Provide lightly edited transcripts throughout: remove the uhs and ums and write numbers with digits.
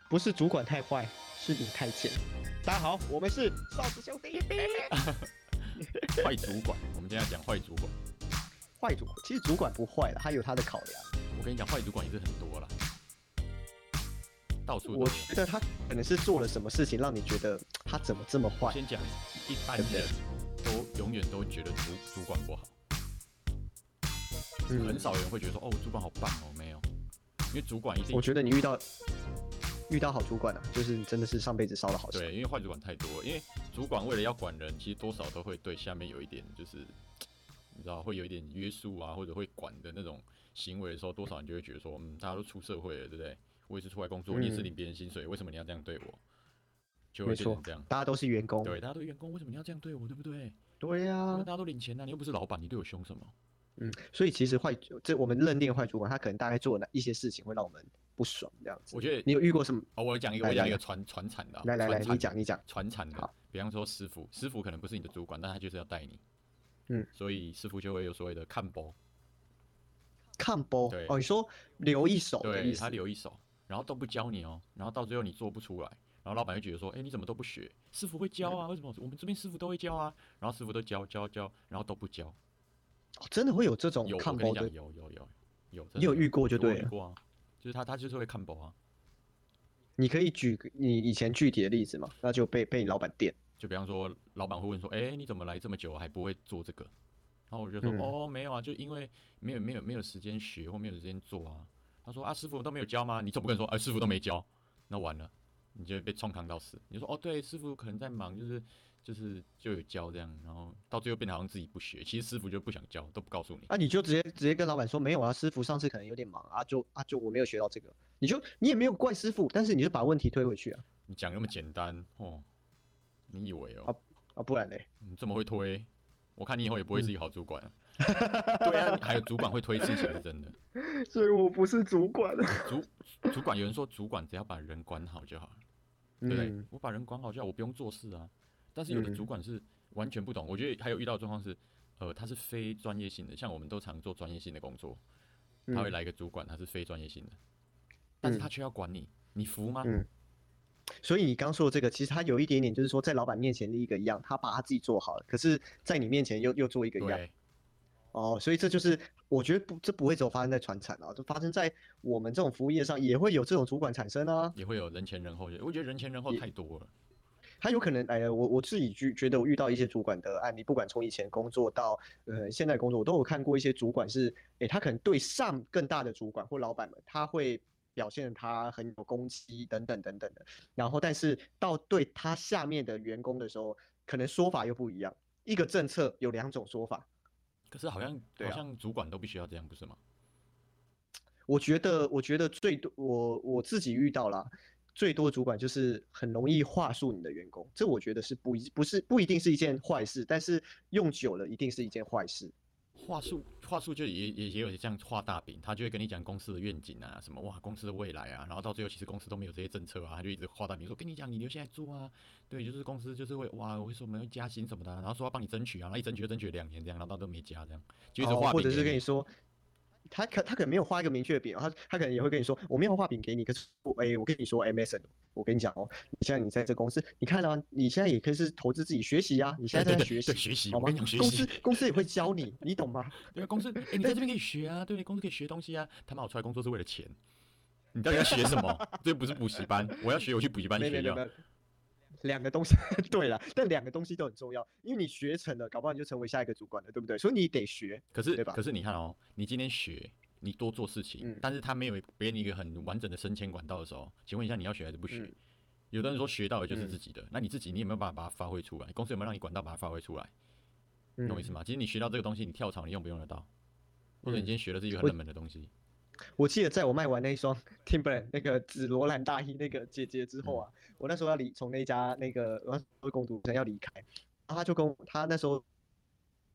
不是主管太坏，是你太贱。大家好，我们是少子兄弟。 坏主管，我们今天要讲坏主管。 坏主管其实主管不坏了，他有他的考量。 我跟你讲，坏主管也是很多啦，到处都有。 我觉得他可能是做了什么事情，让你觉得他怎么这么坏？ 先讲，一般人都永远都觉得主管不好，很少人会觉得说，哦，主管好棒哦，没有，因为主管一定。 我觉得你遇到好主管啊，就是你真的是上辈子烧的好香。 对，因为坏主管太多了，因为主管为了要管人，其实多少都会对下面有一点，就是你知道会有一点约束啊，或者会管的那种行为的时候，多少你就会觉得说，大家都出社会了，对不对？我也是出来工作，你也是领别人薪水，为什么你要这样对我？就会变成这样。 大家都是员工。 对，大家都员工，为什么你要这样对我？对不对？ 对呀、 大家都领钱啊，你又不是老板，你对我凶什么？ 所以其实我们认定坏主管，他可能大概做了一些事情会让我们不爽这样子。 我觉得你有遇过什么？ 我讲一个传产的、啊。 来，你讲。 传产的，比方说师傅可能不是你的主管，但他就是要带你。所以师傅就会有所谓的看包。 看包。 对。 哦，你说留一手的意思。 对，他留一手，然后都不教你哦，然后到最后你做不出来，然后老板就觉得说，你怎么都不学？师傅会教啊，为什么我们这边师傅都会教啊？然后师傅都教，然后都不教。 哦，真的会有这种看包的？ 有， 你有遇过就对了。 有遇过啊，就是他就是会看包啊。 你可以举你以前具体的例子吗？那就被你老板电。 就比方说，老板会问说，你怎么来这么久还不会做这个？然后我就说，没有啊，就因为没有时间学或没有时间做啊。他说啊，师傅都没有教吗？你总不可能说，师傅都没教，那完了，你就会被冲康到死。你就说对，师傅可能在忙，就有教这样，然后到最后变得好像自己不学，其实师傅就不想教，都不告诉你。 你就直接跟老板说没有啊，师傅上次可能有点忙啊，就我没有学到这个，你也没有怪师傅，但是你就把问题推回去啊。 你讲那么简单哦，你以为不然嘞？ 你这么会推，我看你以后也不会是一个好主管啊。对啊，还有主管会推事情是真的。 所以我不是主管。 主管有人说主管只要把人管好就好了，对不对？我把人管好就好，我不用做事啊。但是有的主管是完全不懂，我觉得还有遇到的状况是，他是非专业性的，像我们都常做专业性的工作，他会来一个主管，他是非专业性的，但是他却要管你，你服吗？ 所以你刚说的这个，其实他有一点点，就是说在老板面前立一个一样，他把他自己做好了，可是在你面前又做一个一样。 对。 所以这就是我觉得这不会只有发生在传产啊，就发生在我们这种服务业上，也会有这种主管产生啊， 也会有人前人后。我觉得人前人后太多了。 他有可能，我自己觉得我遇到一些主管的案例，不管从以前工作到现在工作，我都有看过一些主管是，他可能对上更大的主管或老板们，他会表现他很有攻击等等等等的，然后但是到对他下面的员工的时候，可能说法又不一样，一个政策有2种说法。 可是好像主管都必须要这样，不是吗？ 我觉得最多我自己遇到啦，最多主管就是很容易话术你的员工，这我觉得是不一定是一件坏事，但是用久了一定是一件坏事。 话术就也有这样画大饼，他就会跟你讲公司的愿景啊，什么哇公司的未来啊，然后到最后其实公司都没有这些政策啊，他就一直画大饼说跟你讲你留下来做啊，对，就是公司就是会哇我会说我们会加薪什么的，然后说要帮你争取啊，然后一争取就争取2年这样，然后到都没加这样，就一直画饼。 或者是跟你说。他可能没有画一个明确的饼，他可能也会跟你说，我没有画饼给你，可是我跟你说，Mason，我跟你讲哦，你在这公司，你看啊，你现在也可以是投资自己学习啊，你现在在学习， 对学习， 好吗？公司也会教你，你懂吗？ 对啊，公司，你在这边可以学啊，对，公司可以学东西啊，他妈我出来工作是为了钱，你到底要学什么？这不是补习班，我要学我去补习班学掉。 2个东西对了，但2个东西都很重要，因为你学成了，搞不好你就成为下一个主管了，对不对？所以你得学， 可是你看哦，你今天学，你多做事情，但是他没有给你一个很完整的升迁管道的时候，请问一下你要学还是不学？有的人说学到的就是自己的，那你自己你有没有办法把它发挥出来？公司有没有让你管道把它发挥出来？懂我意思吗？其实你学到这个东西，你跳槽你用不用得到？或者你今天学的是一个很冷门的东西？ 我记得在我卖完那一双 Timberland 那个紫罗兰大衣那个姐姐之后啊，我那时候要从那家那个工读生要离开，然后他就跟他那时候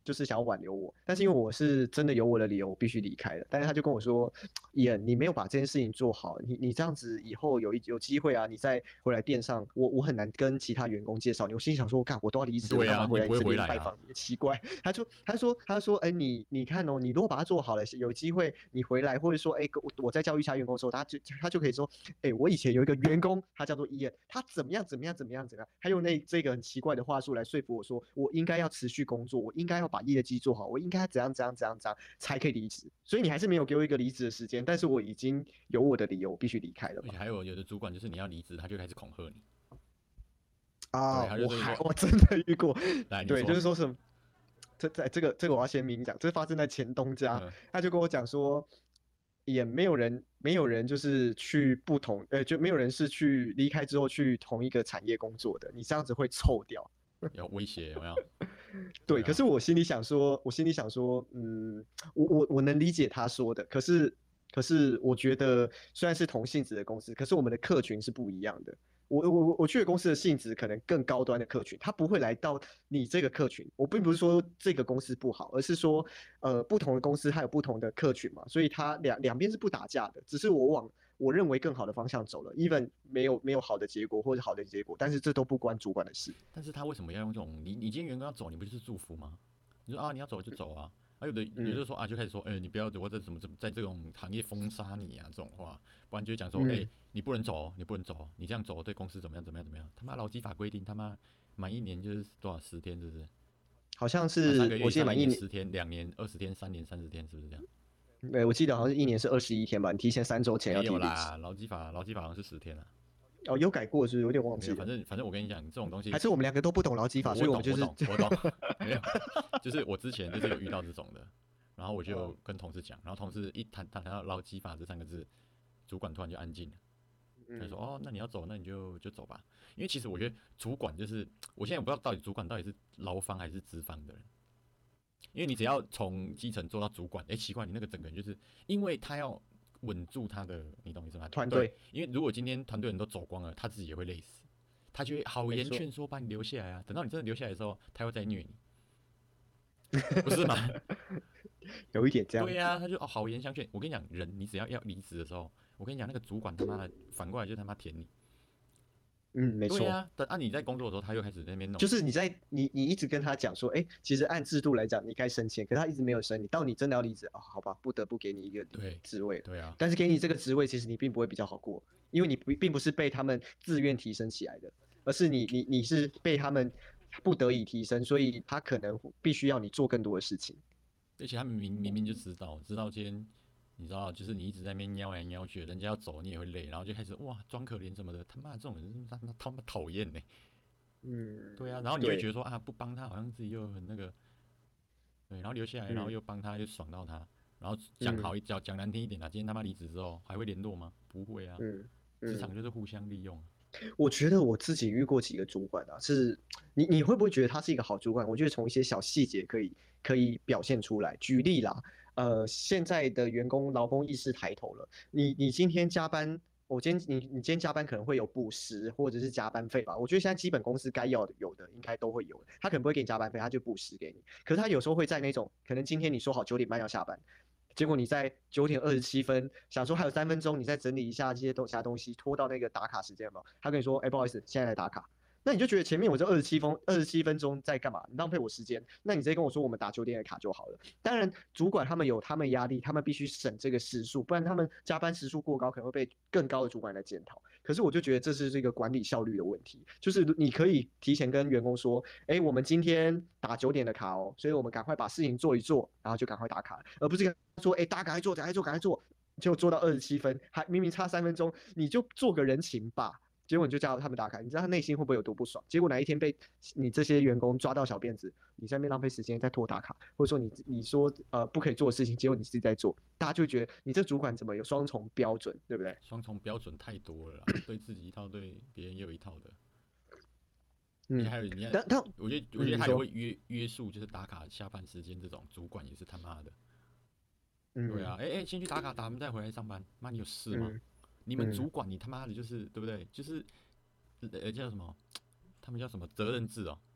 就是想要挽留我，但是因为我是真的有我的理由，我必须离开了。但是他就跟我说，也你没有把这件事情做好，你这样子以后有机会啊，你再回来店上，我很难跟其他员工介绍你。我心里想说，干我都要离职了， 对啊， 干嘛回来你不会这边拜回来啊？ 访你？奇怪，他说，哎，你看哦，你如果把它做好了，有机会你回来，或者说，哎，我在教育其他员工的时候，他就可以说，哎，我以前有一个员工，他叫做伊恩，他怎么样怎么样怎么样怎么样，他用这个很奇怪的话术来说服我说，我应该要持续工作，我应该要把业绩做好，我应该怎样怎样怎样怎样才可以离职。所以你还是没有给我一个离职的时间，但是我已经有我的理由，我必须离开了嘛。 而且还有的主管就是你要离职，他就开始恐吓你。对， 啊， 他就是说， 我真的遇过，对，就来你说， 是说什么，这个我要先明讲，这发生在前东家， 嗯， 他就跟我讲说，也没有人就是去不同，就没有人是去离开之后去同一个产业工作的，你这样子会臭掉。 有威胁有没有？ 对， 对啊， 可是我心里想说，我能理解他说的，可是我觉得虽然是同性质的公司，可是我们的客群是不一样的。我去的公司的性质可能更高端的客群，他不会来到你这个客群。我并不是说这个公司不好，而是说，不同的公司它有不同的客群嘛，所以它两边是不打架的，只是我往我认为更好的方向走了，even 没有好的结果或者好的结果，但是这都不关主管的事。 但是他为什么要用这种？你今天员工要走，你不就是祝福吗？你说啊，你要走就走啊。还有的说啊，就开始说，你不要我这怎么在这种行业封杀你啊这种话，不然就讲说， 嗯， 你不能走哦，你不能走哦，你这样走对公司怎么样怎么样怎么样？他妈劳基法规定，他妈满一年就是多少10天，是不是？ 好像啊，三个是我月以上一记得满一年， 年10天，2年20天，3年30天，是不是这样？ 我记得好像是一年是21天吧，你提前3周前要没有提离职。 啦，劳基法好像是10天啊。 哦，有改过是不是有点忘没有， 记了， 反正我跟你讲，这种东西还是我们两个都不懂劳基法，所以我们就是我懂，没有，就是我之前就是有遇到这种的，然后我就嗯跟同事讲，然后同事一谈到劳基法这3个字，主管突然就安静了，他说嗯哦，那你要走，那你就走吧，因为其实我觉得主管就是我现在也不知道到底主管到底是劳方还是资方的人，因为你只要从基层做到主管，奇怪，你那个整个人就是因为他要稳住他的，你懂意思吗？对， 团队， 因为如果今天团队人都走光了，他自己也会累死，他就会好没错， 言劝说把你留下来啊。等到你真的留下来的时候，他又在虐你，不是吗？ 有一点这样子， 对呀、他就好言相劝。我跟你讲，人你只要离职的时候，我跟你讲，那个主管他妈的反过来就他妈舔你。 没错， 对呀、等你在工作的时候，他又开始在那边弄你。 就是你一直跟他讲说，哎，其实按制度来讲你该升迁，可是他一直没有升你，到你真的要离职啊，好吧，不得不给你一个对职位了， 对啊， 但是给你这个职位，其实你并不会比较好过，因为你并不是被他们自愿提升起来的，而是你是被他们不得已提升，所以他可能必须要你做更多的事情。 而且他们明明就知道今天你知道，就是你一直在那边喵来喵去，人家要走你也会累，然后就开始哇装可怜什么的，他妈这种人是他妈讨厌呢。对啊，然后你就会觉对， 得说啊，不帮他好像自己又很那个，对，然后留下来，然后嗯又帮他，又爽到他，然后嗯讲难听一点啊，今天他妈离职之后还会联络吗？不会啊， 嗯嗯。 职场就是互相利用。 我觉得我自己遇过几个主管啊，是你会不会觉得他是一个好主管？我觉得从一些小细节可以表现出来。举例啦，现在的员工劳工意识抬头了，你今天加班，你今天加班可能会有补时或者是加班费吧？我觉得现在基本公司该要的有的应该都会有的，他可能不会给你加班费，他就补时给你。可是他有时候会在那种可能今天你说好9点半要下班，结果你在9点27分想说还有3分钟，你再整理一下这些其他东西，拖到那个打卡时间嘛？他跟你说，哎，不好意思，现在来打卡。那你就觉得前面我这27分钟在干嘛？你浪费我时间。那你直接跟我说我们打9点的卡就好了。当然，主管他们有他们压力，他们必须省这个时数，不然他们加班时数过高，可能会被更高的主管来检讨。可是我就觉得这是这个管理效率的问题，就是你可以提前跟员工说，哎，我们今天打9点的卡哦，所以我们赶快把事情做一做，然后就赶快打卡，而不是跟他说，哎，大家赶快做，赶快做，赶快做，就做到27分，还明明差3分钟，你就做个人情吧。结果你就叫他们打卡，你知道他内心会不会有多不爽？结果哪一天被你这些员工抓到小辫子，你在那边浪费时间在拖打卡，或者说你说不可以做的事情，结果你自己在做，大家就会觉得你这主管怎么有双重标准，对不对？ 双重标准太多了啦，对自己一套，对别人也有一套的。而且嗯， 还有你看， 但我觉得你说， 他也会约束，就是打卡下班时间这种主管也是他妈的。对嗯啊，先去打卡，打完再回来上班。妈，你有事吗？ 嗯你们嗯主管你他妈的就是对不对？就是叫什么？他们叫什么责任制哦？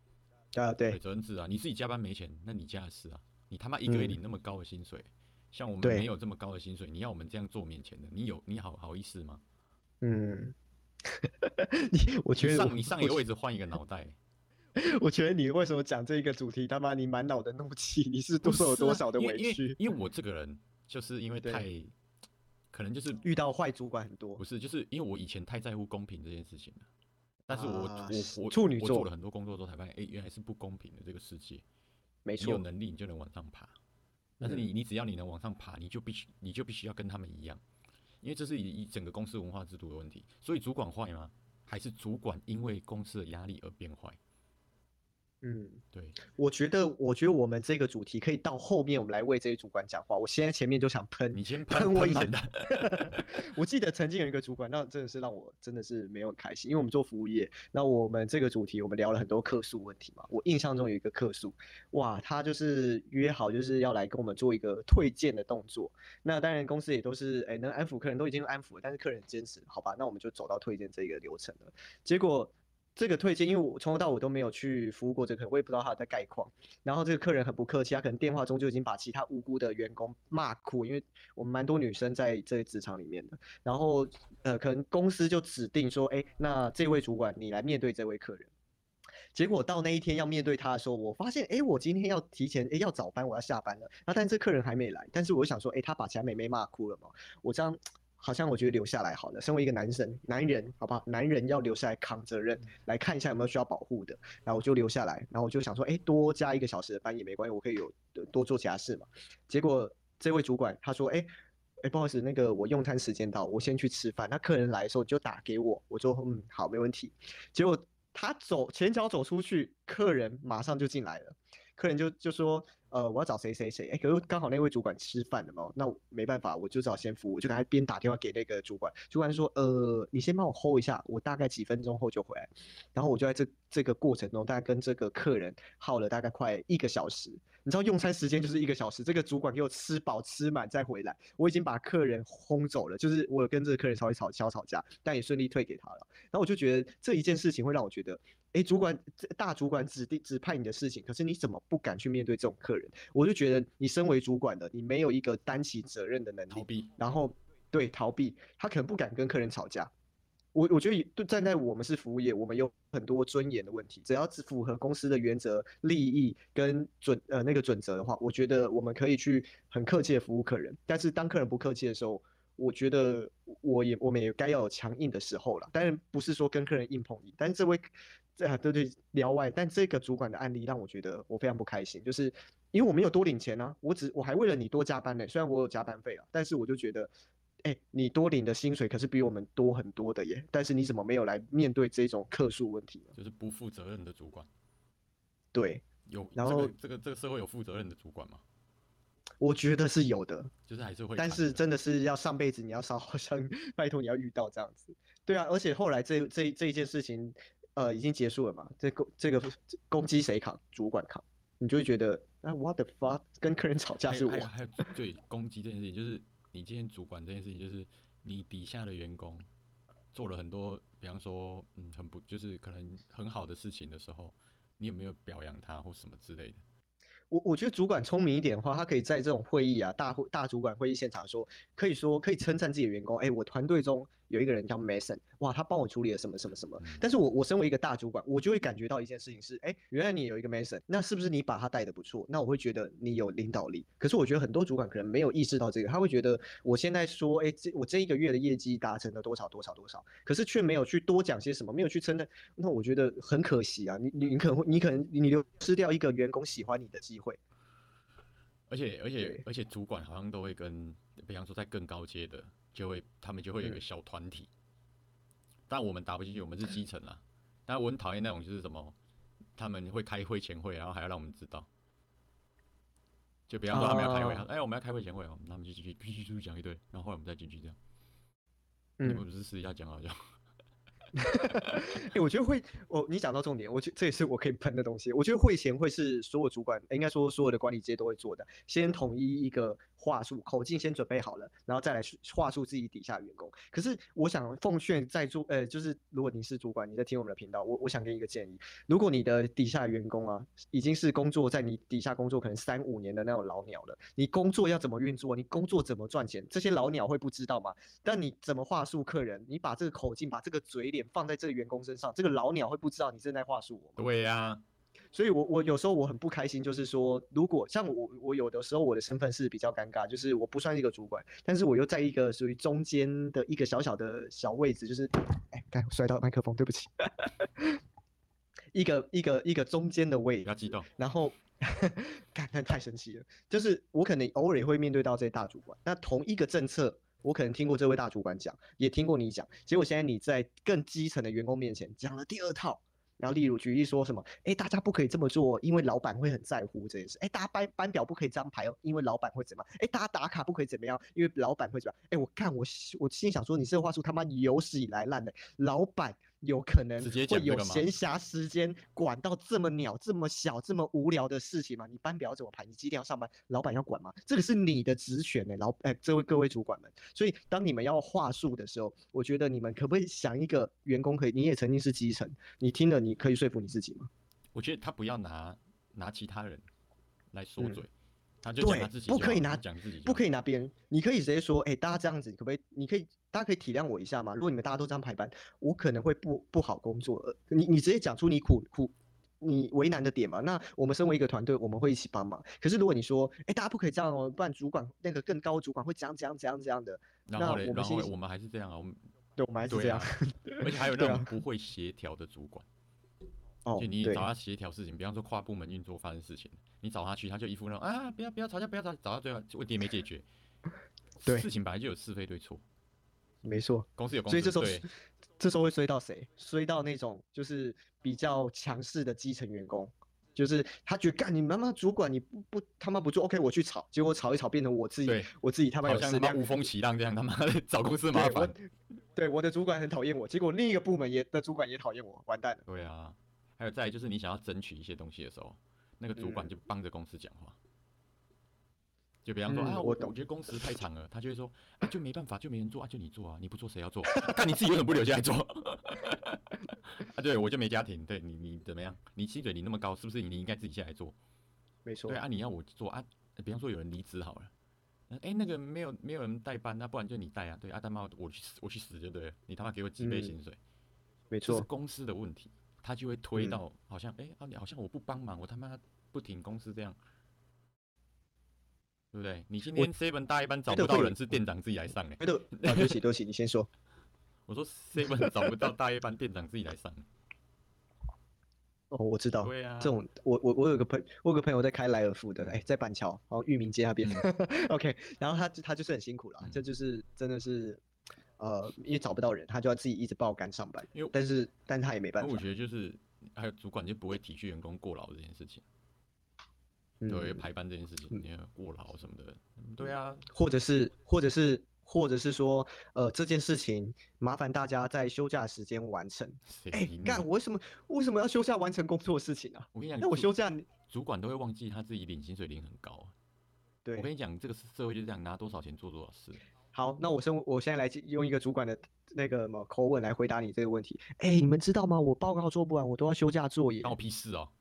对， 对责任制啊，你自己加班没钱，那你家的事啊，你他妈一个月领嗯那么高的薪水，像我们没对有这么高的薪水，你要我们这样做免钱的，你好意思吗？ 嗯，我你觉得上一个位置换一个脑袋， 我觉得你为什么讲这个主题，他妈你满脑的怒气，你是多少有不是啊， 多少的委屈？ 因为我这个人就是因为对， 可能就是遇到坏主管很多不是就是因为我以前太在乎公平这件事情了，但是啊，处女座， 我做了很多工作之后才发现，原来是不公平的这个世界，你有没错， 能力你就能往上爬，但是嗯。 你只要你能往上爬，你就必须要跟他们一样，因为这是以整个公司文化制度的问题。所以主管坏吗？还是主管因为公司的压力而变坏？ 嗯， 对我觉得我们这个主题可以到后面我们来为这些主管讲话。我现在前面就想喷你先喷我以前， 满的， 我记得曾经有一个主管，那真的是让我真的是没有很开心，因为我们做服务业，那我们这个主题我们聊了很多客诉问题嘛。我印象中有一个客诉，哇，他就是约好就是要来跟我们做一个退件的动作。那当然公司也都是能安抚客人都已经安抚了，但是客人坚持，好吧，那我们就走到退件这个流程了。结果这个退件，因为我从头到尾都没有去服务过这个客人，我也不知道他的概况。然后这个客人很不客气，他可能电话中就已经把其他无辜的员工骂哭，因为我们蛮多女生在这个职场里面的。然后可能公司就指定说，哎，那这位主管你来面对这位客人。结果到那一天要面对他的时候，我发现，哎，我今天要提前，哎，要早班，我要下班了。然后，但是这客人还没来，但是我想说，哎，他把其他妹妹骂哭了嘛，我这样好像我觉得留下来好了。身为一个男人，好不好？男人要留下来扛责任，来看一下有没有需要保护的。然后我就留下来，然后我就想说，哎，多加1个小时的班也没关系，我可以有多做其他事嘛。结果这位主管他说，哎，不好意思，那个我用餐时间到，我先去吃饭。那客人来的时候就打给我，我说好，没问题。结果他前脚走出去，客人马上就进来了。客人就说，我要找谁谁谁，哎，可是刚好那位主管吃饭了嘛，那我没办法，我就只好先服务，我就给他边打电话给那个主管，主管说，你先帮我 hold 一下，我大概几分钟后就回来。然后我就在这个过程中，大概跟这个客人耗了大概快1个小时。你知道用餐时间就是1个小时，这个主管给我吃饱吃满再回来，我已经把客人轰走了，就是我有跟这个客人稍微小吵架，但也顺利退给他了。然后我就觉得这一件事情会让我觉得，哎，大主管指派你的事情，可是你怎么不敢去面对这种客人？我就觉得你身为主管的，你没有一个担起责任的能力， 逃避。 然后对逃避，他可能不敢跟客人吵架。我觉得站在我们是服务业，我们有很多尊严的问题，只要只符合公司的原则、利益跟那个准则的话，我觉得我们可以去很客气的服务客人。但是当客人不客气的时候，我觉得我们也该要有强硬的时候了。当然不是说跟客人硬碰硬，但是对聊外，但这个主管的案例让我觉得我非常不开心，就是因为我没有多领钱啊，我还为了你多加班呢，虽然我有加班费啊，但是我就觉得。哎，你多领的薪水可是比我们多很多的耶，但是你怎么没有来面对这种客诉问题呢？ 就是不负责任的主管。 对， 有然后这个社会有负责任的主管吗？ 我觉得是有的， 就是还是会但砍的。 是真的是要上辈子你要烧好像拜托你要遇到这样子。对啊，而且后来这一件事情，已经结束了嘛，这个攻击谁扛？主管扛，你就会觉得啊，what the fuck，跟客人吵架是我， 还有对攻击这件事情，就是你今天主管这件事情，就是你底下的员工做了很多，比方说很不就是可能很好的事情的时候，你有没有表扬他或什么之类的？ 我觉得主管聪明一点的话，他可以在这种会议啊，大主管会议现场说可以称赞自己的员工，哎，我团队中有一个人叫 Mason，哇，他帮我处理了什么什么什么。 嗯， 但是我身为一个大主管，我就会感觉到一件事情是，哎，原来你有一个 Mason，那是不是你把他带的不错？那我会觉得你有领导力。可是我觉得很多主管可能没有意识到这个，他会觉得我现在说，哎，我这一个月的业绩达成了多少多少多少，可是却没有去多讲些什么，没有去称赞。那我觉得很可惜啊，你可能你流失掉一个员工喜欢你的机会。对， 而且主管好像都会跟，比方说在更高阶的，他们就会有一个嗯， 小团体，但我们打不进去，我们是基层啦。但我很讨厌那种就是什么，他们会开会前会，然后还要让我们知道。就比方说他们要开会， 啊， 我们要开会前会哦，他们就继续讲一堆，然后后来我们再进去这样。你们嗯， 不是私底下讲好就好。 我觉得会，你讲到重点，我觉得这也是我可以喷的东西。我觉得会前会是所有主管，应该说所有的管理阶都会做的，先统一一个话术，口径先准备好了，然后再来话术自己底下员工。可是我想奉劝在座，就是如果你是主管，你在听我们的频道，我想给你一个建议，如果你的底下员工啊，已经是工作在你底下工作可能3、5年的那种老鸟了，你工作要怎么运作，你工作怎么赚钱，这些老鸟会不知道吗？但你怎么话术客人，你把这个口径、把这个嘴脸放在这个员工身上，这个老鸟会不知道你正在话术我吗？ 对呀， 所以我有时候我很不开心，就是说，如果像我有的时候我的身份是比较尴尬，就是我不算是一个主管，但是我又在一个属于中间的一个小小的小位置，就是刚摔到麦克风，对不起，一个中间的位置， 不要激动。 然后干太生气了，就是我可能偶尔也会面对到这些大主管，那同一个政策。我可能听过这位大主管讲，也听过你讲，结果现在你在更基层的员工面前讲了第二套，然后例如举例说什么，大家不可以这么做，因为老板会很在乎这件事。大家班表不可以这样排哦，因为老板会怎么样？大家打卡不可以怎么样？因为老板会怎么样？我心里想说，你这个话术他妈有史以来烂的，老板有可能会有闲暇时间管到这么鸟、这么小、这么无聊的事情吗？你班表怎么排？你几点要上班？老板要管吗？这个是你的职权呢，这位各位主管们。所以当你们要话术的时候，我觉得你们可不可以想一个员工可以，你也曾经是基层，你听了你可以说服你自己吗？ 我觉得他不要拿其他人来说嘴，他就讲他自己， 不可以拿讲自己， 不可以拿别人，你可以直接说，大家这样子可不可以？大家可以体谅我一下吗？如果你们大家都这样排班，我可能会不好工作。你直接讲出你为难的点嘛。那我们身为一个团队，我们会一起帮忙。可是如果你说，大家不可以这样哦，不然主管那个更高主管会怎样的。 然后我们还是这样啊， 我们还是这样， 而且还有那种不会协调的主管。就你找他协调事情，比方说跨部门运作发生事情，你找他去，他就一副那种啊，不要吵架，找到最后问题也没解决。对，事情本来就有是非对错。 没错， 公司有公司，所以这时候会衰到谁？衰到那种就是比较强势的基层员工，就是他觉得干你妈妈主管你不他妈不做 OK 我去吵，结果吵一吵变成我自己他妈有好像无风起浪这样，他妈的找公司麻烦。 对，我的主管很讨厌我，结果另一个部门的主管也讨厌我，完蛋了。 对啊，还有再来就是你想要争取一些东西的时候，那个主管就帮着公司讲话。就比方说我觉得工时太长了，他就会说就没办法，就没人做就你做啊，你不做谁要做？看你自己为什么不留下来做？对，我就没家庭，对你怎么样？你薪水你那么高，是不是你应该自己下来做？ 没错。 对啊，你要我做啊，比方说有人离职好了，那个没有人代班，那不然就你带啊，对啊，他妈我去死就对了，你他妈给我几倍薪水？ 没错， 这是公司的问题，他就会推到好像你好像我不帮忙，我他妈不挺公司这样。对不对？你今天 Seven 大一班找不到人，是店长自己来上对不起，你先说。 我说 Seven 找不到大一班，店长自己来上。 我知道。 对啊。 这种我有个朋友在开莱尔富的，在板桥，然后裕民街那边。OK， 然后他就是很辛苦了，这就是真的是因为找不到人，他就要自己一直爆肝上班。但他也没办法。 我觉得就是还有主管就不会体恤员工过劳这件事情。对，排班这件事情，你过劳什么的，对啊， 或者是说，这件事情麻烦大家在休假时间完成。干，我为什么要休假完成工作的事情啊？ 我跟你讲， 那我休假， 主管都会忘记他自己领薪水领很高。 对， 我跟你讲，这个社会就这样，拿多少钱做多少事。 好，那我现在来用一个主管的那个口吻来回答你这个问题。你们知道吗？我报告做不完，我都要休假做耶。 关我屁事哦。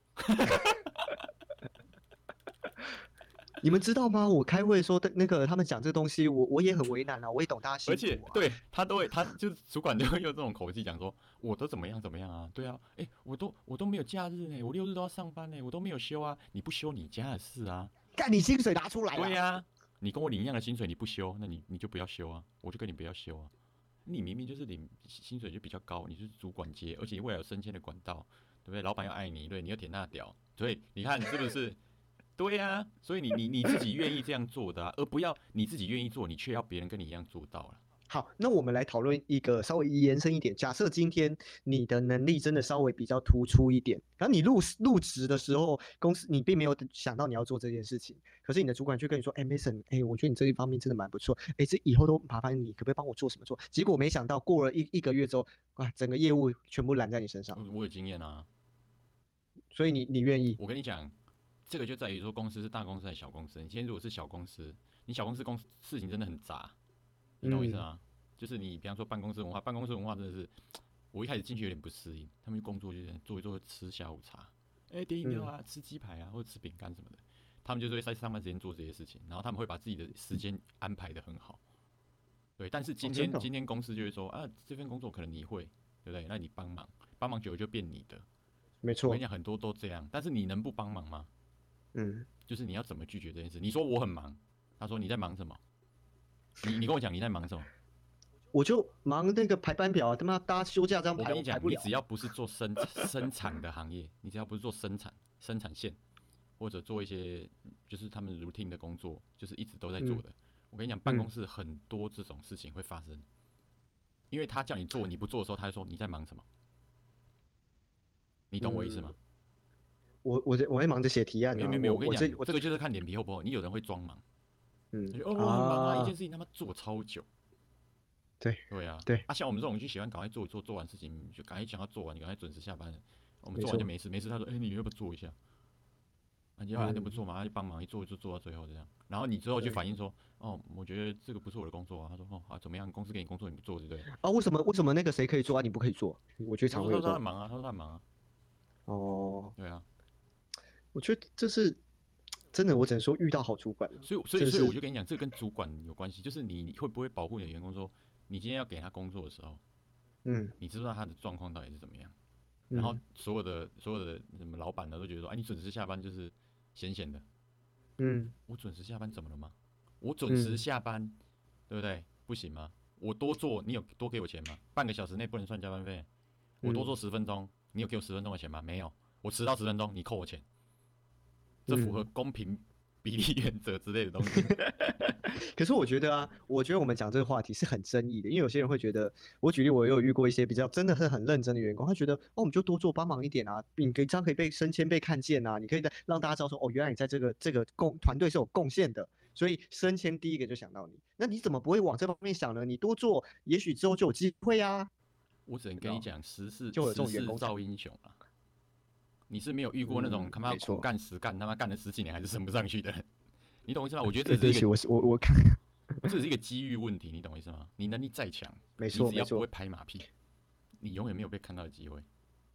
你们知道吗？我开会说的那个，他们讲这个东西，我也很为难啊，我也懂大家辛苦啊。 而且对他就是主管就会用这种口气讲说，我都怎么样啊？对啊，我都没有假日呢，我6日都要上班呢，我都没有休啊，你不休你家的事啊。 干，你薪水拿出来了。 对啊，你跟我领一样的薪水，你不休，那你就不要休啊，我就跟你不要休啊。你明明就是领薪水就比较高，你是主管阶，而且你未来有升迁的管道，对不对？老板要爱你，对，你要舔他的屌，所以你看是不是？对啊，所以你自己愿意这样做的而不要你自己愿意做，你却要别人跟你一样做到了。 好，那我们来讨论一个稍微延伸一点。假设今天你的能力真的稍微比较突出一点，然后你入职的时候，公司你并没有想到你要做这件事情，可是你的主管却跟你说：“哎，Mason，哎，我觉得你这一方面真的蛮不错，哎，这以后都麻烦你，可不可以帮我做什么做？”结果没想到过了一个月之后，啊，整个业务全部揽在你身上， 我有经验啊。 所以你愿意？ 我跟你讲，这个就在于说公司是大公司还是小公司。你今天如果是小公司，你小公司事情真的很杂，你懂我意思嗯吗？就是你比方说办公室文化，办公室文化真的是，我一开始进去有点不适应，他们工作就是做一做吃下午茶，点饮料啊，吃鸡排啊，或者吃饼干什么的，他们就是会在上班时间做这些事情，然后他们会把自己的时间安排的很好。对，但是哦，真的哦， 今天公司就会说啊，这份工作可能你会，对不对？那你帮忙，帮忙久了就变你的。 没错， 我跟你讲，很多都这样，但是你能不帮忙吗？ 嗯， 就是你要怎么拒绝这件事。你说我很忙，他说你在忙什么？你跟我讲你在忙什么？ 我就忙那个排班表啊，他妈大家休假这样排， 我跟你讲， 我排不了。 你只要不是做生产的行业，你只要不是做生产线，或者做一些就是他们 routine 的工作，就是一直都在做嗯的。我跟你讲，办公嗯室很多这种事情会发生，因为他叫你做，你不做的时候，他就说你在忙什么？你懂我意思嗯， 吗？ 我在忙着写提案啊， 没有没有没有，我跟你讲， 我这个就是看脸皮厚不厚。你有人会装忙，他就我很忙啊，一件啊， 事情他妈做超久。 对对啊， 对， 像我们这种就喜欢赶快做一做，做完事情就赶快想要做完，你赶快准时下班。我们没错， 做完就没事，没事。他说，你要不要做一下？啊，你要不然不嗯做嘛，他就帮忙一做就做到最后这样。然后你之后就对反映说，哦，我觉得这个不是我的工作啊。他说，哦啊，怎么样？公司给你工作你不做，对不对？ 啊，为什么那个谁可以做啊，你不可以做？我觉得他说他常会有这种说他很忙啊，他说他很忙啊。 哦， 对啊， 我觉得这是真的，我只能说遇到好主管了， 所以我真的是就跟你讲，这个跟主管有关系，就是你会不会保护你的员工说，你今天要给他工作的时候， 嗯你知不知道他的状况到底是怎么样？然后嗯所有的什么老板呢都觉得说，哎，你准时下班就是闲闲的。 嗯我准时下班怎么了吗？我准时嗯下班，对不对？不行吗？我多做，你有多给我钱吗？半个小时内不能算加班费。我多做嗯 10分钟，你有给我10分钟的钱吗？没有。我迟到10分钟，你扣我钱，这符合嗯。 公平比例原则之类的东西。 可是我觉得啊，我觉得我们讲这个话题是很争议的，因为有些人会觉得，我举例，我也有遇过一些比较真的是很认真的员工，他觉得哦，我们就多做帮忙一点啊，你可以这样可以被升迁被看见啊，你可以让大家知道说，哦，原来你在这个团队是有贡献的，所以升迁第一个就想到你，那你怎么不会往这方面想呢？你多做，也许之后就有机会啊， 我只能你知道， 跟你讲， 就会有这种员工造潮。 英雄啊！你是没有遇过那种嗯， 他妈苦没错。 干实干，他妈干了十几年还是升不上去的人。你懂我意思吗？我觉得对不起，我看， 这只是一个机遇问题，你懂我意思吗？你能力再强， 没你只要不会错没错， 拍马屁，你永远没有被看到的机会。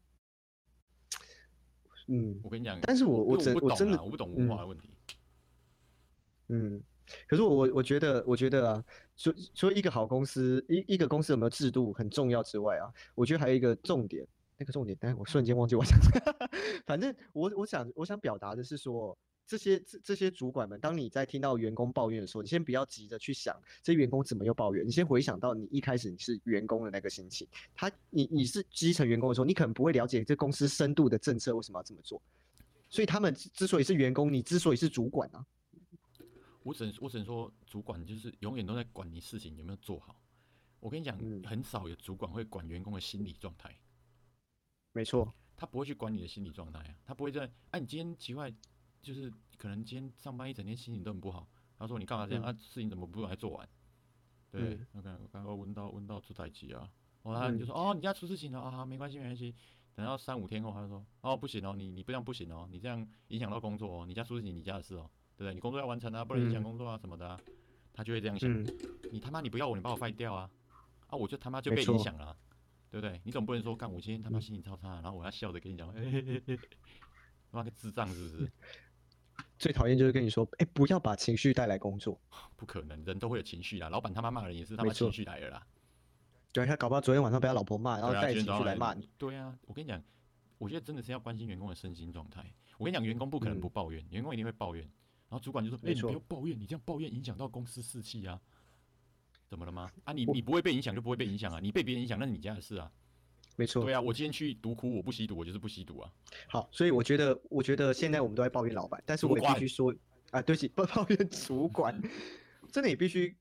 嗯， 我跟你讲， 但是因为我不懂啦， 我真的， 我不懂文化嗯。 的问题。 嗯，可是我觉得啊，说一个好公司，一个公司有没有制度很重要之外啊，我觉得还有一个重点，那个重点，但是我瞬间忘记我想，反正我想表达的是说，这些主管们，当你在听到员工抱怨的时候，你先不要急着去想这员工怎么又抱怨，你先回想到你一开始你是员工的那个心情，你是基层员工的时候，你可能不会了解这公司深度的政策为什么要这么做，所以他们之所以是员工，你之所以是主管啊。 我只能说，主管就是永远都在管你事情有没有做好。我跟你讲， 嗯， 很少有主管会管员工的心理状态， 没错。 他不会去管你的心理状态啊，他不会在，哎、你今天奇怪，就是可能今天上班一整天心情都很不好，他说你干嘛这样嗯啊？事情怎么不来做完？对不对？ 嗯我刚刚问到出台机啊，他就嗯说哦，你家出事情了啊，没关系没关系。等到3、5天后，他就说哦不行哦，你这样不行哦，你这样影响到工作哦，你家出事情你家的事哦，对不对？你工作要完成啊，不能影响嗯工作啊什么的啊，他就会这样想。 嗯， 你他妈你不要我，你把我废掉啊！啊，我就他妈就被影没错。 响了啊、对不对？你总不能说干我今天他妈嗯， 心情超差，然后我要笑着跟你讲，嘿嘿嘿嘿，他妈个智障是不是？ 最讨厌就是跟你说，哎，不要把情绪带来工作。 不可能，人都会有情绪啦。老板他妈骂人也是他没错， 妈情绪来了啦。 对，他搞不好昨天晚上被他老婆骂，然后对啊， 带着情今天早上来， 绪来骂你。 对啊，我跟你讲，我觉得真的是要关心员工的身心状态。我跟你讲，员工不可能不嗯， 抱怨，员工一定会抱怨。然后主管就说：“哎、你不要没错。 抱怨，你这样抱怨影响到公司士气啊，怎么了吗？啊，你我不会被影响就不会被影响啊，你被别人影响那是你家的事啊。 没错。 对啊，我今天去毒窟，我不吸毒，我就是不吸毒啊， 好，所以我觉得现在我们都在抱怨老板，但是我也必主管须说啊，对不起，不抱怨主管，真的也必须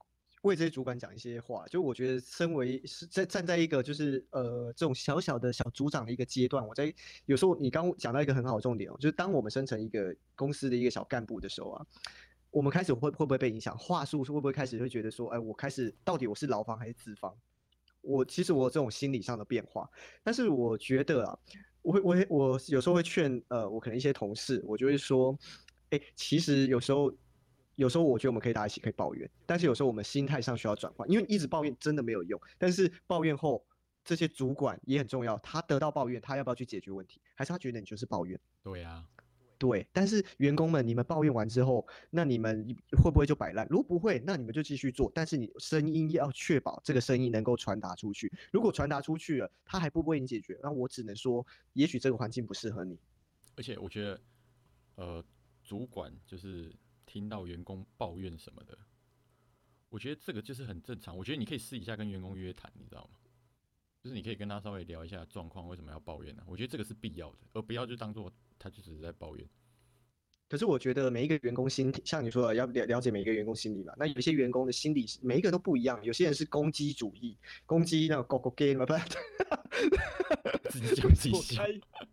为这些主管讲一些话。就我觉得，身为是站在一个就是这种小小的小组长的一个阶段，有时候你刚讲到一个很好的重点哦，就是当我们升成一个公司的一个小干部的时候啊，我们开始会不会被影响？话术会不会开始会觉得说，哎，我开始到底我是劳方还是资方？其实我有这种心理上的变化，但是我觉得啊，我有时候会劝我可能一些同事，我就会说，哎，其实有时候我觉得我们可以大家一起可以抱怨，但是有时候我们心态上需要转换，因为一直抱怨真的没有用，但是抱怨后这些主管也很重要，他得到抱怨，他要不要去解决问题，还是他觉得你就是抱怨？ 对啊， 对，但是员工们，你们抱怨完之后，那你们会不会就摆烂？如果不会，那你们就继续做，但是你声音要确保这个声音能够传达出去。如果传达出去了，他还不为你解决，那我只能说，也许这个环境不适合你。 而且我觉得，主管就是听到员工抱怨什么的，我觉得这个就是很正常。我觉得你可以私底下跟员工约谈，你知道吗？就是你可以跟他稍微聊一下状况，为什么要抱怨呢、我觉得这个是必要的，而不要就当做他就只是在抱怨。 可是我觉得每一个员工心理，像你说的，要了解每一个员工心理嘛。那有些员工的心理每一个都不一样，有些人是攻击主义，攻击那种 go go game 不是？ 自己讲对不起， 自己笑。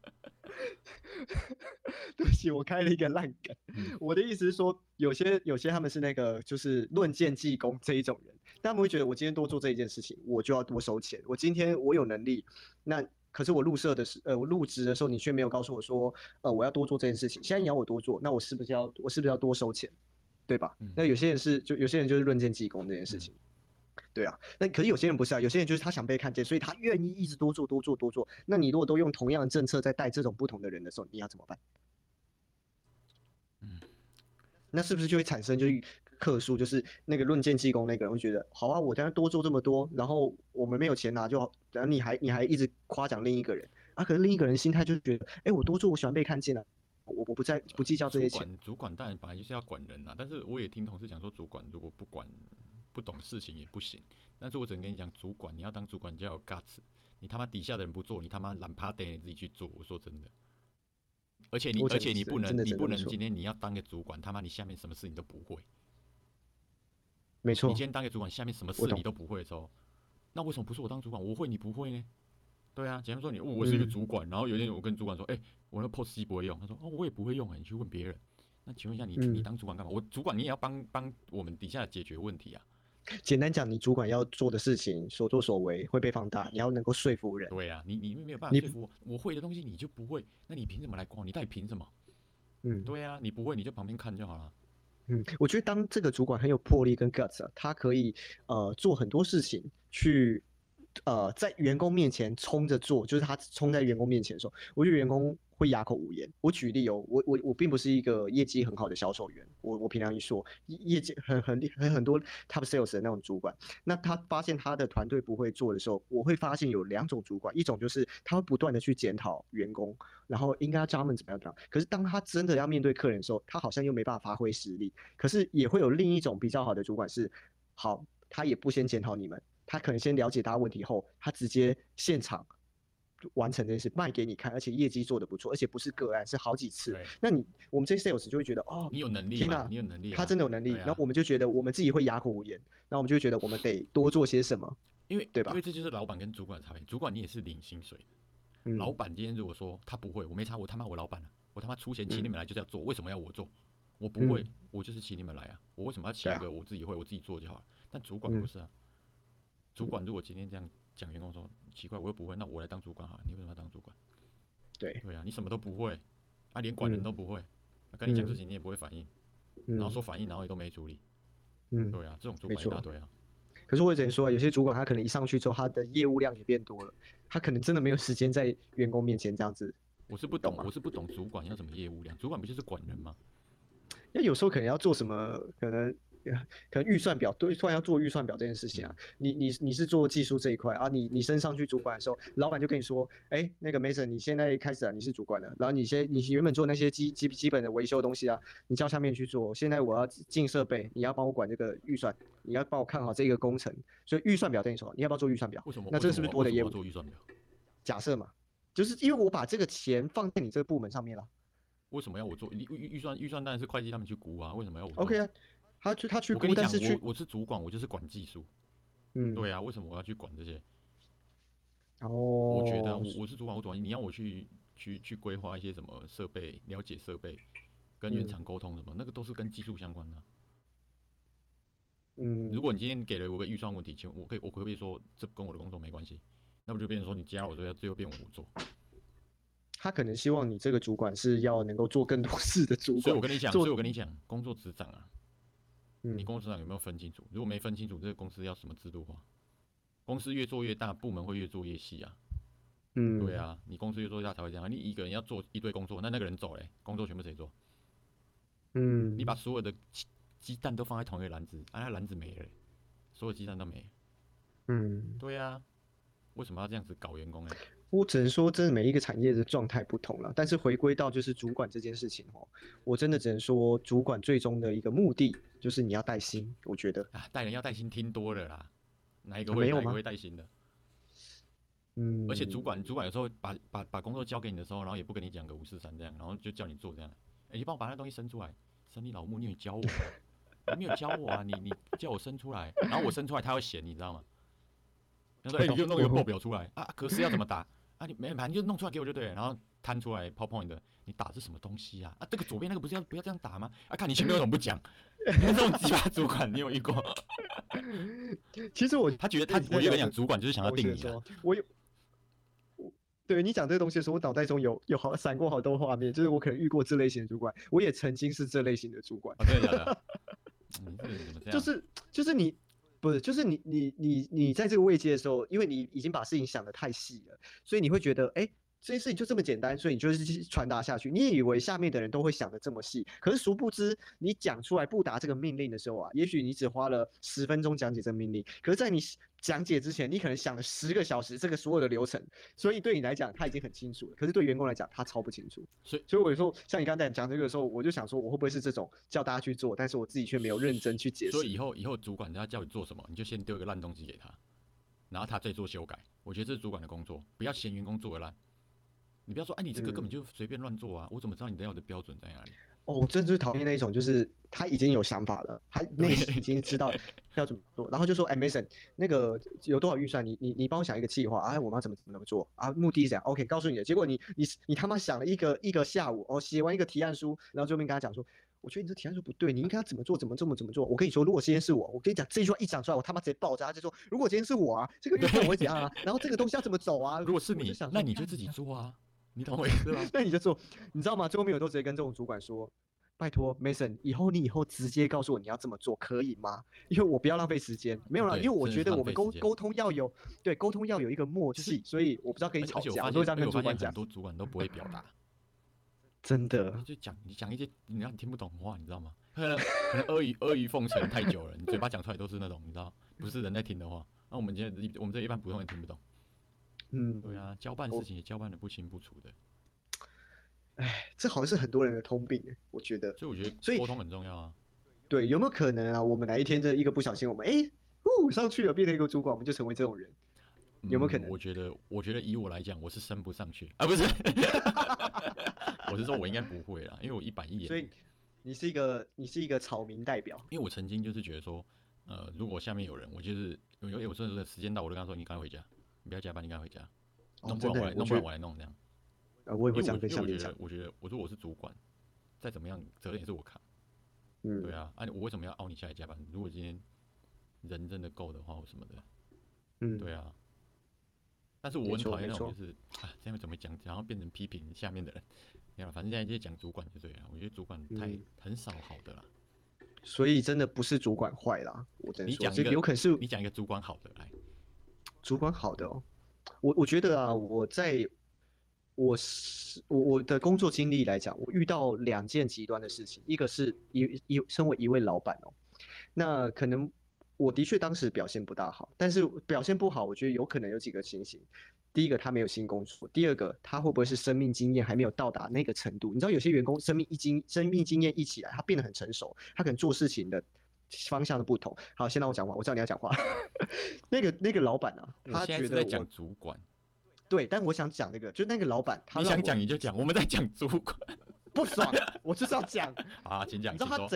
对不起，我开了一个烂梗。我的意思是说，有些他们是那个就是论剑技工这一种人，他们会觉得我今天多做这一件事情，我就要多收钱。我今天我有能力，那可是我入职的时候，你却没有告诉我说，我要多做这件事情。现在你要我多做，那我是不是要多收钱，对吧？那有些人就是论剑技工这件事情。对啊，那可是有些人不是啊，有些人就是他想被看见，所以他愿意一直多做多做多做。那你如果都用同样的政策在带这种不同的人的时候，你要怎么办？那是不是就会产生就是客诉，就是那个论剑技工那个人会觉得，好啊，我当然多做这么多，然后我们没有钱拿就好，然后你还一直夸奖另一个人啊，可是另一个人心态就是觉得，哎，我多做，我喜欢被看见啊，我不计较这些钱。 主管当然本来就是要管人啊，但是我也听同事讲说，主管如果不懂事情也不行。但是我只能跟你讲，主管你要当主管就要有 guts，你他妈底下的人不做，你他妈懒趴得你自己去做。我说真的，而且你不能真的今天你要当个主管，他妈你下面什么事你都不会。 没错， 你今天当个主管，下面什么我懂。 事你都不会的时候，那为什么不是我当主管？我会你不会呢？对啊，假如说我是一个嗯， 主管，然后有一天我跟主管说，我那 POS 机不会用，他说我也不会用啊，你去问别人。那请问一下你嗯， 当主管干嘛？我主管你也要帮我们底下解决问题啊。 简单讲，你主管要做的事情，所作所为会被放大，你要能够说服人。 对啊，你没有办法说你服我，我会的东西你就不会，那你凭什么来管我？你到底凭什么？ 嗯。 对啊，你不会你就旁边看就好了。 我觉得当这个主管很有魄力跟 guts 啊，他可以做很多事情去在员工面前冲着做，就是他冲在员工面前的时候，我觉得员工会哑口无言。我举例哦，我并不是一个业绩很好的销售员，我平常一说业绩很多 top sales 的那种主管，那他发现他的团队不会做的时候，我会发现有两种主管，一种就是他会不断的去检讨员工，然后应该要教他们怎么样。可是当他真的要面对客人的时候，他好像又没办法发挥实力。可是也会有另一种比较好的主管是，好，他也不先检讨你们，他可能先了解大家问题后，他直接现场完成这件事，卖给你看，而且业绩做得不错，而且不是个案，是好几次。 对， 那我们这些 sales 就会觉得，哦， 你有能力嘛？ 天哪， 你有能力他啊。 真的有能力， 对啊， 然后我们就觉得我们自己会哑口无言，然后我们就会觉得我们得多做些什么，对吧？ 因为这就是老板跟主管的差别。主管你也是领薪水的，老嗯板今天如果说他不会，我没差，我他妈我老板啊，我他妈出钱请你嗯们来就是要做，为什么要我做？我不会， 嗯， 我就是请你们来啊，我为什么要请对啊， 一个我自己会我自己做就好了？但主管不嗯是啊，主管如果今天这样讲员工说奇怪，我又不会，那我来当主管好了，你为什么要当主管？ 对， 对啊，你什么都不会，啊，连管人都嗯不会，跟你讲事嗯情你也不会反应，然后嗯说反应，然后也都没处理。 嗯， 对啊，这种主没错。 管一大堆啊。 可是我只能说，有些主管他可能一上去之后，他的业务量也变多了，他可能真的没有时间在员工面前这样子，你懂吗？ 我是不懂主管要什么业务量，主管不就是管人吗？ 因为有时候可能要做什么，可能预算表，对，突然要做预算表这件事情啊， 嗯， 你是做技术这一块啊，你升上去主管的时候，老板就跟你说，哎，那个 Mason，你现在开始啊，你是主管了，然后你原本做那些基本的维修的东西啊，你叫下面去做，现在我要进设备，你要帮我管这个预算，你要帮我看好这个工程，所以预算表跟你说，你要不要做预算表？那这是不是多的为什么我业务？ 要做预算表？ 假设嘛，就是因为我把这个钱放在你这个部门上面了为什么要我做？预算当然是会计他们去估啊，为什么要我 ，OK 做？ 啊， 他去估， 我跟你讲， 但是去我是主管，我就是管技术。 嗯对啊，为什么我要去管这些？我觉得啊哦我是主管，我主管，你要我去规划一些什么设备，了解设备，跟原嗯厂沟通什么，那个都是跟技术相关的啊。如嗯， 果你今天给了我个预算问题，请问我可不可以说这跟我的工作没关系？那不就变成说你加我这个，最后变我做？ 他可能希望你这个主管是要能够做更多事的主管， 所做以我跟你讲，工作职掌啊，你嗯工作职掌有没有分清楚？如果没分清楚，这个公司要什么制度化？公司越做越大，部门会越做越细啊。对嗯啊，你公司越做越大才会这样啊。你一个人要做一堆工作，那个人走嘞，工作全部谁做？你把嗯。 所有的鸡蛋都放在同一个篮子，啊，那篮子没了，所有鸡蛋都没了。 嗯， 对啊，为什么要这样子搞员工呢？ 我只能说，真的每一个产业的状态不同了。但是回归到就是主管这件事情哦，我真的只能说，主管最终的一个目的就是你要带薪。我觉得啊，带人要带薪听多了啦，哪一个没有吗？ 会带薪的？而且嗯， 主管有时候把工作交给你的时候，然后也不跟你讲个5、4、3这样，然后就叫你做这样。哎、你帮我把那东西生出来，生你老母，你有教我吗？你没有教我啊，你叫我生出来，然后我生出来他会嫌，你知道吗？他说：“哎、你给我弄一个报表出来啊，格式要怎么打啊？你没反正就弄出来给我就对了。然后摊出来 PowerPoint 的，你打的是什么东西啊？啊，这个左边那个不要这样打吗？啊，看你前面为什么不讲？你们这种鸡巴主管，你有遇过？ 其实我他觉得他， 跟你在聊这我就跟你讲，主管就是想要定你啊。 东西的时候，我有对你讲这个东西的时候，我脑袋中有闪过好多画面，就是我可能遇过这类型的主管，我也曾经是这类型的主管。 哦，真的假的？你这个人怎么这样？ 就是就是你不是就是你在这个位阶的时候，因为你已经把事情想得太细了，所以你会觉得，哎，这件事情就这么简单，所以你就是传达下去。你以为下面的人都会想得这么细，可是殊不知，你讲出来不达这个命令的时候啊，也许你只花了10分钟讲解这个命令，可是在你讲解之前，你可能想了10个小时这个所有的流程，所以对你来讲他已经很清楚了，可是对员工来讲他超不清楚。 所以所以我有时候像你刚才讲这个的时候，我就想说，我会不会是这种叫大家去做，但是我自己却没有认真去解释。 所以以后主管他叫你做什么，你就先丢一个烂东西给他，然后他再做修改。我觉得这是主管的工作，不要嫌员工做的烂。你不要说，哎、你这个根本就随便乱做啊！我怎么知道你要的标准在哪里？ 哦，我真的最讨厌那一种，就是他已经有想法了，他内心已经知道要怎么做，然后就说，哎，Mason，那个有多少预算？你帮我想一个计划，啊，我们要怎么做啊？目的是怎样？OK，告诉你的。结果你他妈想了一个下午，哦，写完一个提案书，然后最后面跟他讲说，我觉得你这提案书不对，你应该要怎么做，怎么做。我跟你说，如果今天是我跟你讲这句话一讲出来，我他妈直接爆炸，他就说，如果今天是我啊，这个预算我会怎样啊？然后这个东西要怎么走啊？ 如果是你， 我就想说， 那你就自己做啊，你懂我意思吗？ 那你就做，你知道吗？最后面我都直接跟这种主管说，拜托，Mason，以后直接告诉我你要这么做，可以吗？因为我不要浪费时间。没有啦， 对， 因为我真的是觉得我们浪费时间。 沟通要有，对，沟通要有一个默就是契，所以我不知道跟你吵架， 而且我发现， 我都会这样跟主管讲。 很多主管都不会表达， 真的， 就你讲一些你让你听不懂的话，你知道吗？可能阿谀奉承太久了，你嘴巴讲出来都是那种你知道，不是人在听的话。那我们这一般普通人听不懂。 嗯， 对啊，交办事情也交办的不清不楚的， 哎，这好像是很多人的通病，我觉得。 所以我觉得所以， 沟通很重要啊。 对，有没有可能啊？我们哪一天这一个不小心，我们上去了，变成一个主管，我们就成为这种人，有没有可能？ 我觉得以我来讲，我是升不上去啊，不是，我是说我应该不会啦，因为我一板一眼。 所以你是一个草民代表。 因为我曾经就是觉得说，如果下面有人，我就是有时候时间到，我就跟他说，你赶快回家，你不要加班，你赶快回家， 哦，真的， 弄不然我来弄这样。 我也会这样因为跟下面讲。 我觉得，我说我是主管，再怎么样责任也是我扛。 嗯， 对啊，我为什么要凹你下来加班？如果今天人真的够的话，或什么的， 嗯， 对啊。但是我没错很讨厌那种没就是啊，这样怎么讲，然后变成批评下面的人。没有，反正现在就是讲主管就对了。我觉得主管很少好的啦。 所以真的不是主管坏啦，我只能说，这你讲一个， 有可能是你讲一个主管好的来。 主管好的哦。我觉得啊，我的工作经历来讲，我遇到2件极端的事情，一个是身为一位老板哦，那可能我的确当时表现不大好，但是表现不好，我觉得有可能有几个情形。第一个，他没有新工作；第二个，他会不会是生命经验还没有到达那个程度？你知道，有些员工生命经验一起来，他变得很成熟，他可能做事情的方向的不同。好，先让我讲完，我知道你要讲话。那个老板啊，他觉得现在是在讲主管， 对，但我想讲那个，就那个老板，他你想让我讲你就讲，我们在讲主管不爽，我就是要讲。 啊，请讲。 你知道他请说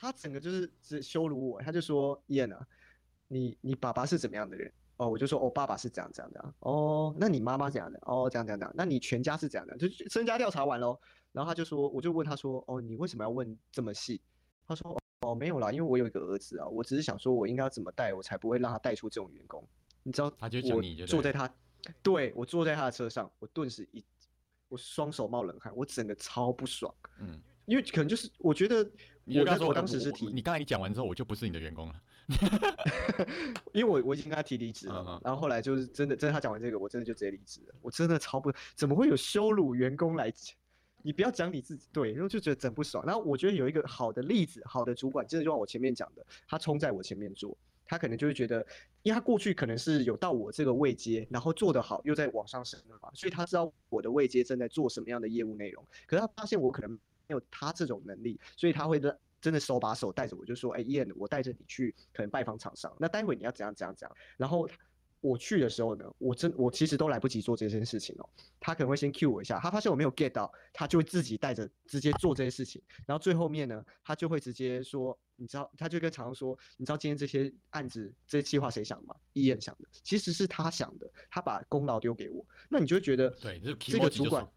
他整个就是只羞辱我，他就说燕啊，你爸爸是怎么样的人？哦，我就说，哦，爸爸是这样这样这样。哦，那你妈妈怎样的？哦，这样这样这样。那你全家是怎样的？就身家调查完喽。然后他就说，我就问他说，哦，你为什么要问这么细？他说，哦，没有啦，因为我有一个儿子啊，我只是想说我应该要怎么带，我才不会让他带出这种员工。你知道， 他就讲我你就对了， 坐在他，对，我坐在他的车上，我顿时我双手冒冷汗，我整个超不爽。 嗯， 因为可能就是我觉得我你就跟他说， 当时是提， 你刚才你讲完之后，我就不是你的员工了。 因为我已经跟他提离职了嘛， 嗯嗯， 然后后来就是真的他讲完这个，我真的就直接离职了。我真的超不，怎么会有羞辱员工来讲？你不要讲你自己，对，然后就觉得整不爽。然后我觉得有一个好的例子，好的主管，真的就像我前面讲的，他冲在我前面做，他可能就会觉得，因为他过去可能是有到我这个位阶，然后做得好，又在往上升了嘛，所以他知道我的位阶正在做什么样的业务内容。可是他发现我可能没有他这种能力，所以他会真的手把手带着我，就说，哎，燕，我带着你去可能拜访厂商，那待会你要怎样怎样怎样。然后我去的时候呢，我其实都来不及做这件事情哦。他可能会先 cue 我一下，他发现我没有 get 到，他就会自己带着直接做这些事情。然后最后面呢，他就会直接说，你知道，他就跟厂商说，你知道今天这些案子这些计划谁想的吗？伊燕想的，其实是他想的，他把功劳丢给我。那你就会觉得， 对，就是这个主管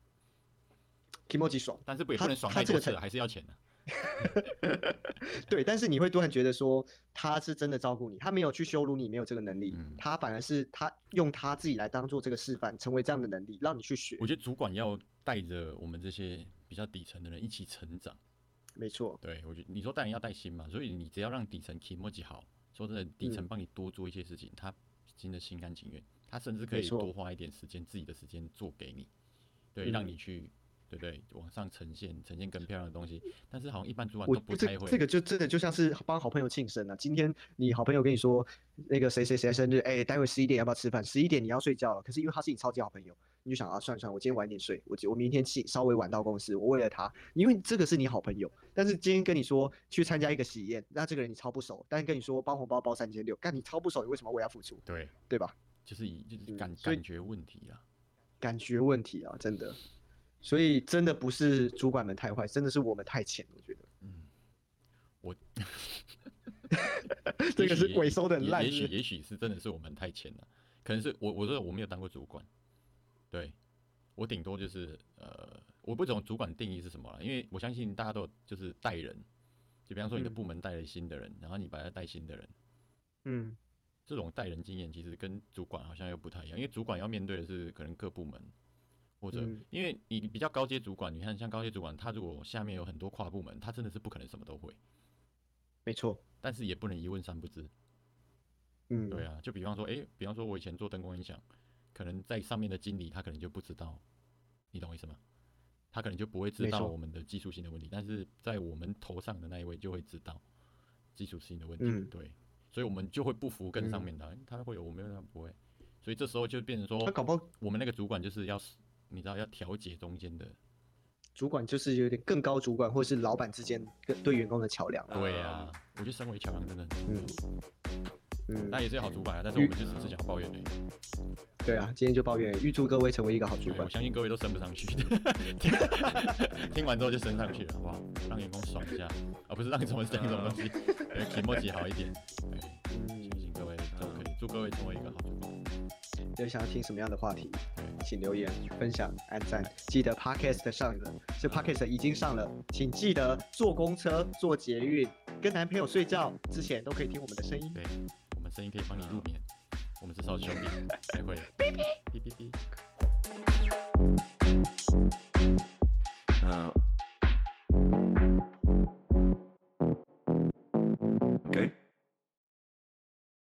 k i m o j i Kimoji 爽， 但是也不能爽太多次，还是要钱的。 对，但是你会突然觉得说他是真的照顾你，他没有去羞辱你，没有这个能力，他反而是他用他自己来当做这个示范，成为这样的能力，让你去学。 我觉得主管要带着我们这些比较底层的人一起成长。 没错， 对，我觉得你说带人要带心嘛，所以你只要让底层 k i m o j i 好，说真的，底层帮你多做一些事情，他真的心甘情愿，他甚至可以多花一点时间，自己的时间做给你，对，让你去。对对，往上呈现更漂亮的东西，但是好像一般主管都不太会。 这个就真的就像是帮好朋友庆生啊。今天你好朋友跟你说那个谁谁谁生日，哎，待会11点要不要吃饭？11点你要睡觉了，可是因为他是你超级好朋友，你就想啊，算了算了，我今天晚点睡，我明天稍微晚到公司，我为了他，因为这个是你好朋友。但是今天跟你说去参加一个喜宴，那这个人你超不熟，但是跟你说包红包包3600，干你超不熟，你为什么我要付出？ 对， 对吧？ 就是感觉问题啊， 感觉问题啊，真的。所以真的不是主管们太坏，真的是我们太浅，我觉得。 我这个是尾收的烂。 也许是真的是我们太浅了，可能是我说我没有当过主管，对我顶多就是我不懂主管定义是什么了，因为我相信大家都就是带人，就比方说你的部门带了新的人，然后你把他带新的人，这种带人经验其实跟主管好像又不太一样，因为主管要面对的是可能各部门。或者，因为你比较高阶主管，你看像高阶主管，他如果下面有很多跨部门，他真的是不可能什么都会。 没错， 但是也不能一问三不知。对啊，就比方说，比方说我以前做灯光音响，可能在上面的经理他可能就不知道，你懂我意思吗？他可能就不会知道我们的技术性的问题，但是在我们头上的那一位就会知道技术性的问题。对，所以我们就会不服跟上面的，他会有，我没有，他不会。所以这时候就变成说，我们那个主管就是要。你知道要调节中间的主管，就是有点更高主管或是老板之间对员工的桥梁。 对啊，我觉得身为桥梁真的很重要。那也是好主管啊，但是我们就只是想抱怨而已。 对啊，今天就抱怨，预祝各位成为一个好主管。 我相信各位都升不上去，听完之后就升上去了，好不好？让员工爽一下，而不是让你怎么讲什么东西，期末级好一点。相信各位都可以，祝各位成为一个好主管。 有想要听什么样的话题，请留言、分享、按赞。记得 Podcast 上了，这 Podcast 已经上了，请记得坐公车、坐捷运、跟男朋友睡觉之前都可以听我们的声音。 对，我们声音可以帮你入眠。我们是少兄弟，再会。哔哔哔哔哔。Okay.